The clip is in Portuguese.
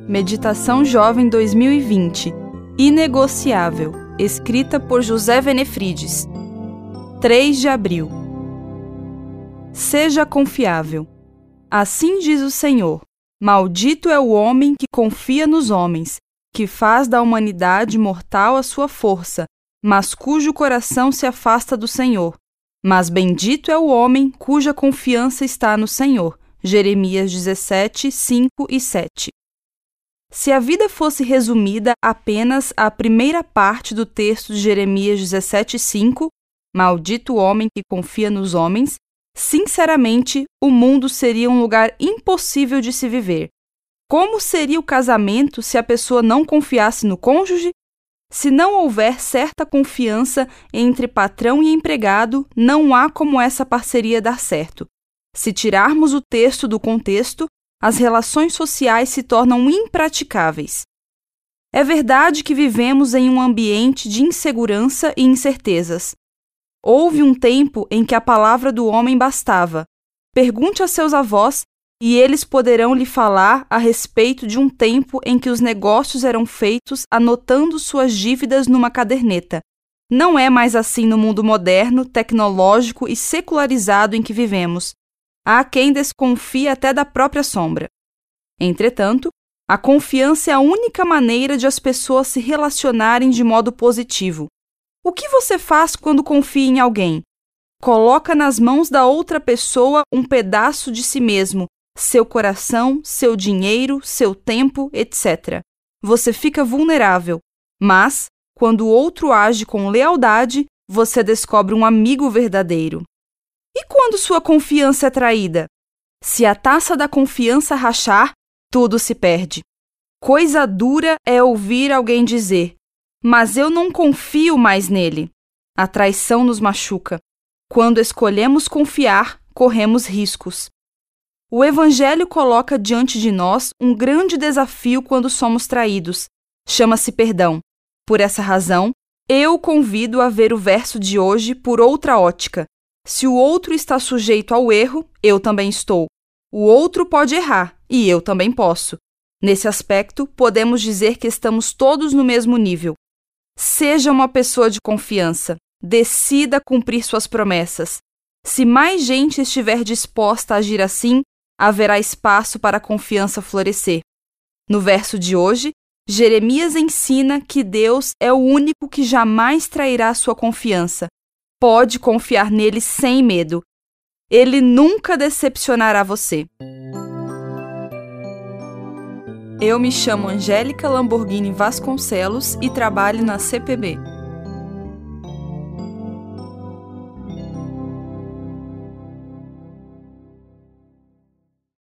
Meditação Jovem 2020, Inegociável, escrita por José Venefrides. 3 de abril. Seja confiável. Assim diz o Senhor: maldito é o homem que confia nos homens, que faz da humanidade mortal a sua força, mas cujo coração se afasta do Senhor. Mas bendito é o homem cuja confiança está no Senhor. Jeremias 17, 5 e 7. Se a vida fosse resumida apenas à primeira parte do texto de Jeremias 17, 5, maldito o homem que confia nos homens, sinceramente, o mundo seria um lugar impossível de se viver. Como seria o casamento se a pessoa não confiasse no cônjuge? Se não houver certa confiança entre patrão e empregado, não há como essa parceria dar certo. Se tirarmos o texto do contexto, as relações sociais se tornam impraticáveis. É verdade que vivemos em um ambiente de insegurança e incertezas. Houve um tempo em que a palavra do homem bastava. Pergunte a seus avós e eles poderão lhe falar a respeito de um tempo em que os negócios eram feitos anotando suas dívidas numa caderneta. Não é mais assim no mundo moderno, tecnológico e secularizado em que vivemos. Há quem desconfie até da própria sombra. Entretanto, a confiança é a única maneira de as pessoas se relacionarem de modo positivo. O que você faz quando confia em alguém? Coloca nas mãos da outra pessoa um pedaço de si mesmo, seu coração, seu dinheiro, seu tempo, etc. Você fica vulnerável, mas, quando o outro age com lealdade, você descobre um amigo verdadeiro. E quando sua confiança é traída? Se a taça da confiança rachar, tudo se perde. Coisa dura é ouvir alguém dizer: mas eu não confio mais nele. A traição nos machuca. Quando escolhemos confiar, corremos riscos. O Evangelho coloca diante de nós um grande desafio quando somos traídos. Chama-se perdão. Por essa razão, eu convido a ver o verso de hoje por outra ótica. Se o outro está sujeito ao erro, eu também estou. O outro pode errar, e eu também posso. Nesse aspecto, podemos dizer que estamos todos no mesmo nível. Seja uma pessoa de confiança. Decida cumprir suas promessas. Se mais gente estiver disposta a agir assim, haverá espaço para a confiança florescer. No verso de hoje, Jeremias ensina que Deus é o único que jamais trairá sua confiança. Pode confiar nele sem medo. Ele nunca decepcionará você. Eu me chamo Angélica Lamborghini Vasconcelos e trabalho na CPB.